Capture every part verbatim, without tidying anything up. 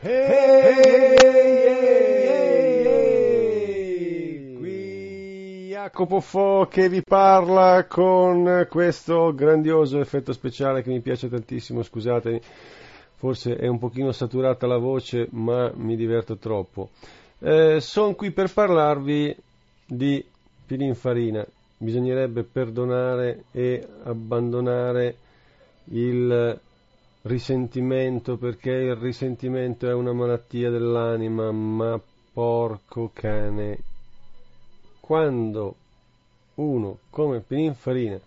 Hey, hey, hey, qui Jacopo Fo che vi parla con questo grandioso effetto speciale che mi piace tantissimo, scusatemi, forse è un pochino saturata la voce, ma mi diverto troppo. Eh, sono qui per parlarvi di Pininfarina. Bisognerebbe perdonare e abbandonare il risentimento, perché il risentimento è una malattia dell'anima, ma porco cane, quando uno come Pininfarina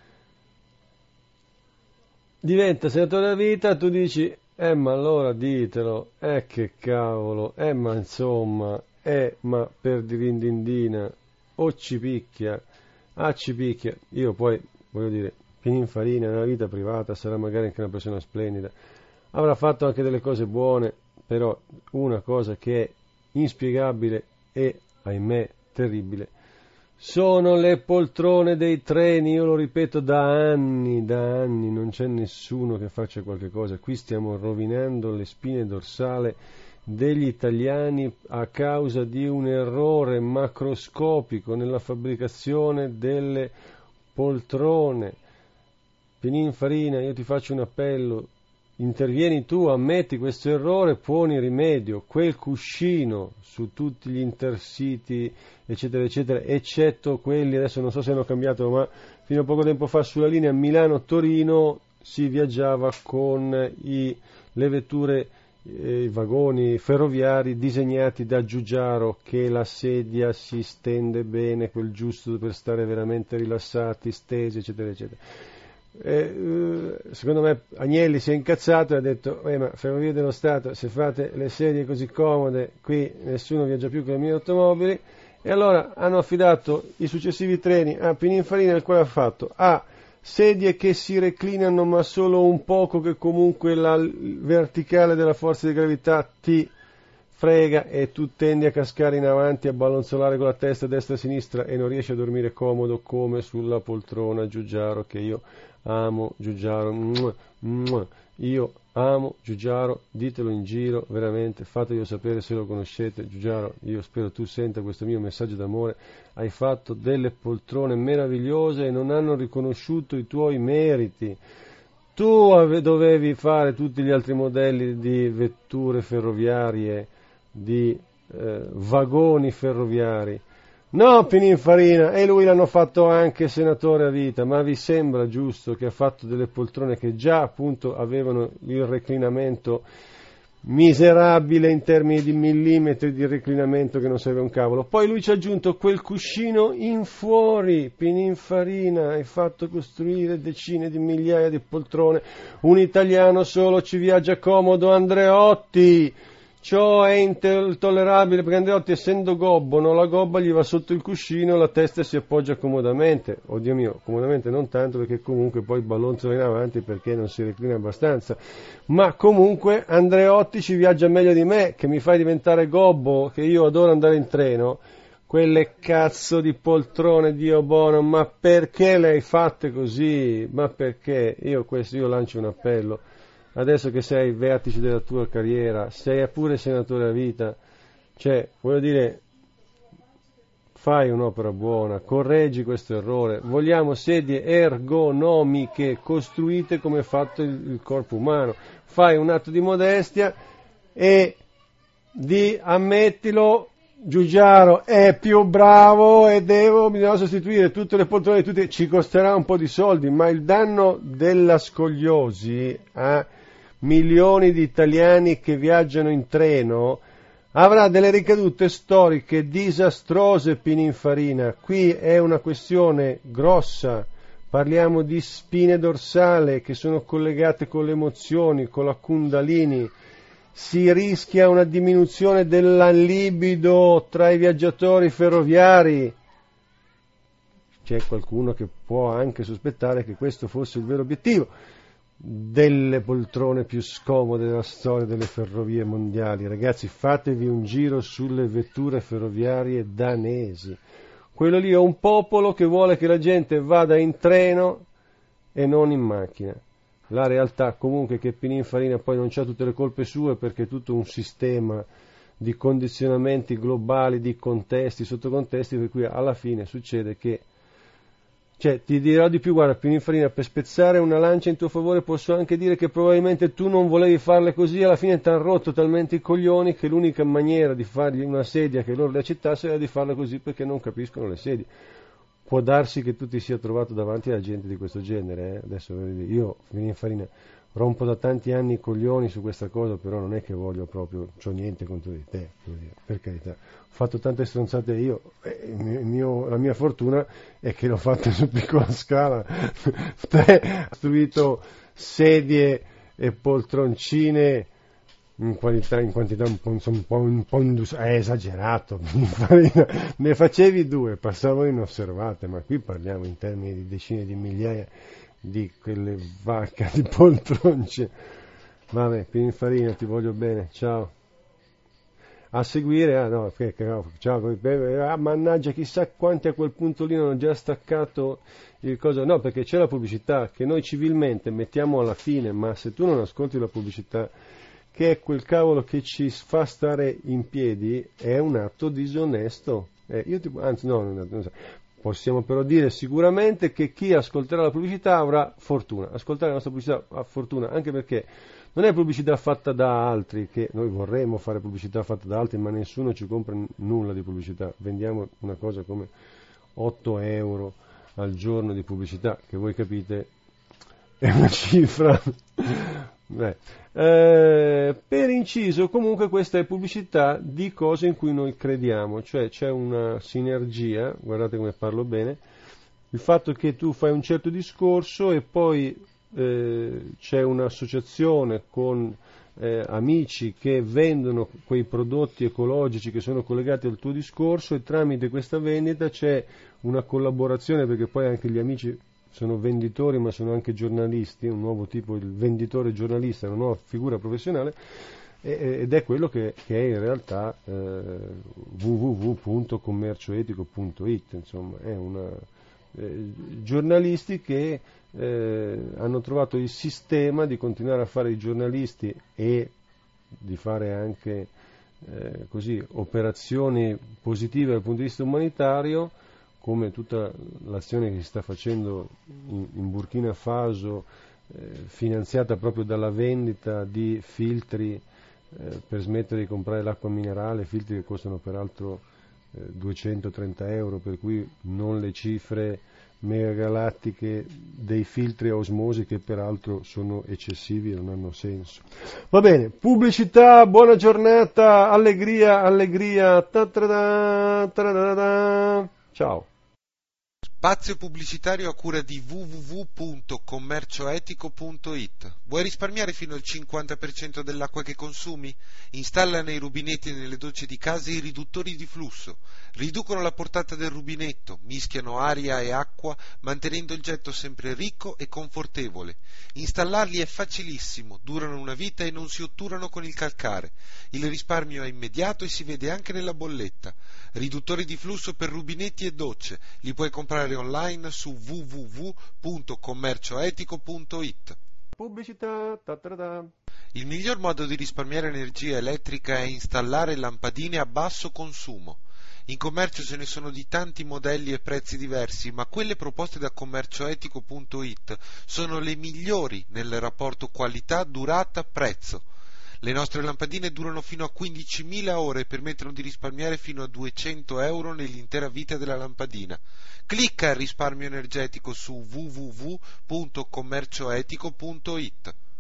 diventa senatore a vita, tu dici eh ma allora ditelo, eh che cavolo, eh ma insomma, eh ma per dirindindina, o ci picchia, ah ci picchia. Io poi voglio dire, Pininfarina nella vita privata sarà magari anche una persona splendida, avrà fatto anche delle cose buone, però una cosa che è inspiegabile e, ahimè, terribile, sono le poltrone dei treni. Io lo ripeto da anni, da anni, non c'è nessuno che faccia qualche cosa. Qui stiamo rovinando le spine dorsali degli italiani a causa di un errore macroscopico nella fabbricazione delle poltrone. Pininfarina, io ti faccio un appello, intervieni tu, ammetti questo errore, poni rimedio. Quel cuscino su tutti gli intercity, eccetera, eccetera, eccetto quelli, adesso non so se hanno cambiato, ma fino a poco tempo fa sulla linea Milano-Torino si viaggiava con i, le vetture, eh, i vagoni ferroviari disegnati da Giugiaro, che la sedia si stende bene, quel giusto per stare veramente rilassati, stesi, eccetera, eccetera. Eh, secondo me Agnelli si è incazzato e ha detto eh, ma Ferrovie dello Stato, se fate le sedie così comode, qui nessuno viaggia più con le mie automobili. E allora hanno affidato i successivi treni a Pininfarina, il quale ha fatto A, sedie che si reclinano ma solo un poco, che comunque la verticale della forza di gravità ti frega e tu tendi a cascare in avanti, a ballonzolare con la testa destra e sinistra e non riesci a dormire comodo come sulla poltrona Giugiaro, che io amo Giugiaro, mua, mua. Io amo Giugiaro, ditelo in giro, veramente, fateglielo sapere se lo conoscete. Giugiaro, io spero tu senta questo mio messaggio d'amore, hai fatto delle poltrone meravigliose e non hanno riconosciuto i tuoi meriti. Tu ave- dovevi fare tutti gli altri modelli di vetture ferroviarie, di eh, vagoni ferroviari. No, Pininfarina, e lui l'hanno fatto anche senatore a vita, ma vi sembra giusto che ha fatto delle poltrone che già appunto avevano il reclinamento miserabile in termini di millimetri di reclinamento, che non serve un cavolo. Poi lui ci ha aggiunto quel cuscino in fuori. Pininfarina, hai fatto costruire decine di migliaia di poltrone, un italiano solo ci viaggia comodo, Andreotti. Ciò è intollerabile, perché Andreotti, essendo gobbo, no, la gobba gli va sotto il cuscino, la testa si appoggia comodamente. Oddio mio, comodamente non tanto, perché comunque poi ballonzola in avanti perché non si reclina abbastanza. Ma comunque Andreotti ci viaggia meglio di me, che mi fai diventare gobbo, che io adoro andare in treno. Quelle cazzo di poltrone, Dio buono, ma perché le hai fatte così? Ma perché? Io questo, io lancio un appello. Adesso che sei ai vertici della tua carriera, sei pure senatore a vita, cioè, voglio dire, fai un'opera buona, correggi questo errore. Vogliamo sedie ergonomiche, costruite come è fatto il, il corpo umano. Fai un atto di modestia e di, ammettilo, Giugiaro è più bravo e devo, bisogna sostituire tutte le poltrone, tutte, ci costerà un po' di soldi, ma il danno della scoliosi a milioni di italiani che viaggiano in treno avrà delle ricadute storiche disastrose. Pininfarina, qui è una questione grossa, parliamo di spine dorsali che sono collegate con le emozioni, con la Kundalini. Si rischia una diminuzione della libido tra i viaggiatori ferroviari. C'è qualcuno che può anche sospettare che questo fosse il vero obiettivo delle poltrone più scomode della storia delle ferrovie mondiali. Ragazzi, fatevi un giro sulle vetture ferroviarie danesi. Quello lì è un popolo che vuole che la gente vada in treno e non in macchina. la realtà comunque che Pininfarina poi non c'ha tutte le colpe sue, perché è tutto un sistema di condizionamenti globali, di contesti, sottocontesti, per cui alla fine succede che, cioè, ti dirò di più, guarda, Pininfarina, per spezzare una lancia in tuo favore posso anche dire che probabilmente tu non volevi farle così, alla fine ti hanno rotto talmente i coglioni che l'unica maniera di fargli una sedia che loro le accettassero era di farla così, perché non capiscono le sedie. Può darsi che tu ti sia trovato davanti a gente di questo genere, eh? Adesso io, Pininfarina, rompo da tanti anni i coglioni su questa cosa, però non è che voglio proprio, c'ho niente contro di te, per carità. Ho fatto tante stronzate io, e il mio, la mia fortuna è che l'ho fatto su piccola scala. Te hai costruito sedie e poltroncine in qualità, in quantità un po', un po', un po' indus- è esagerato. Ne facevi due, passavano inosservate, ma qui parliamo in termini di decine di migliaia di quelle vacche di poltronce. Vabbè, Pininfarina, ti voglio bene, ciao. A seguire, ah no, che, ciao, ah, mannaggia, chissà quanti a quel punto lì non hanno già staccato il coso. No, perché c'è la pubblicità che noi civilmente mettiamo alla fine, ma se tu non ascolti la pubblicità, che è quel cavolo che ci fa stare in piedi, è un atto disonesto. Eh, io ti, anzi, no, non, non so. Possiamo però dire sicuramente che chi ascolterà la pubblicità avrà fortuna. Ascoltare la nostra pubblicità ha fortuna, anche perché non è pubblicità fatta da altri, che noi vorremmo fare pubblicità fatta da altri, ma nessuno ci compra nulla di pubblicità. Vendiamo una cosa come otto euro al giorno di pubblicità, che voi capite è una cifra. Beh, eh, per inciso, comunque questa è pubblicità di cose in cui noi crediamo, cioè c'è una sinergia, guardate come parlo bene, il fatto che tu fai un certo discorso e poi eh, c'è un'associazione con eh, amici che vendono quei prodotti ecologici che sono collegati al tuo discorso, e tramite questa vendita c'è una collaborazione, perché poi anche gli amici sono venditori ma sono anche giornalisti, un nuovo tipo, il venditore giornalista, una nuova figura professionale, ed è quello che, che è in realtà eh, w w w punto commercioetico punto i t, insomma è una eh, giornalisti che eh, hanno trovato il sistema di continuare a fare i giornalisti e di fare anche eh, così operazioni positive dal punto di vista umanitario, come tutta l'azione che si sta facendo in, in Burkina Faso, eh, finanziata proprio dalla vendita di filtri eh, per smettere di comprare l'acqua minerale, filtri che costano peraltro eh, duecentotrenta euro, per cui non le cifre megagalattiche dei filtri a osmosi, che peraltro sono eccessivi e non hanno senso. Va bene, pubblicità, buona giornata, allegria, allegria, ta-ta-da, ta-da-da-da. Ciao. Spazio pubblicitario a cura di w w w punto commercioetico punto i t. Vuoi risparmiare fino al cinquanta per cento dell'acqua che consumi? Installa nei rubinetti e nelle docce di casa i riduttori di flusso. Riducono la portata del rubinetto, mischiano aria e acqua, mantenendo il getto sempre ricco e confortevole. Installarli è facilissimo, durano una vita e non si otturano con il calcare. Il risparmio è immediato e si vede anche nella bolletta. Riduttori di flusso per rubinetti e docce, li puoi comprare online su w w w punto commercioetico punto i t. Pubblicità, ta-ta-da. Il miglior modo di risparmiare energia elettrica è installare lampadine a basso consumo. In commercio ce ne sono di tanti modelli e prezzi diversi, ma quelle proposte da commercioetico punto i t sono le migliori nel rapporto qualità-durata-prezzo. Le nostre lampadine durano fino a quindicimila ore e permettono di risparmiare fino a duecento euro nell'intera vita della lampadina. Clicca al risparmio energetico su w w w punto commercioetico punto i t.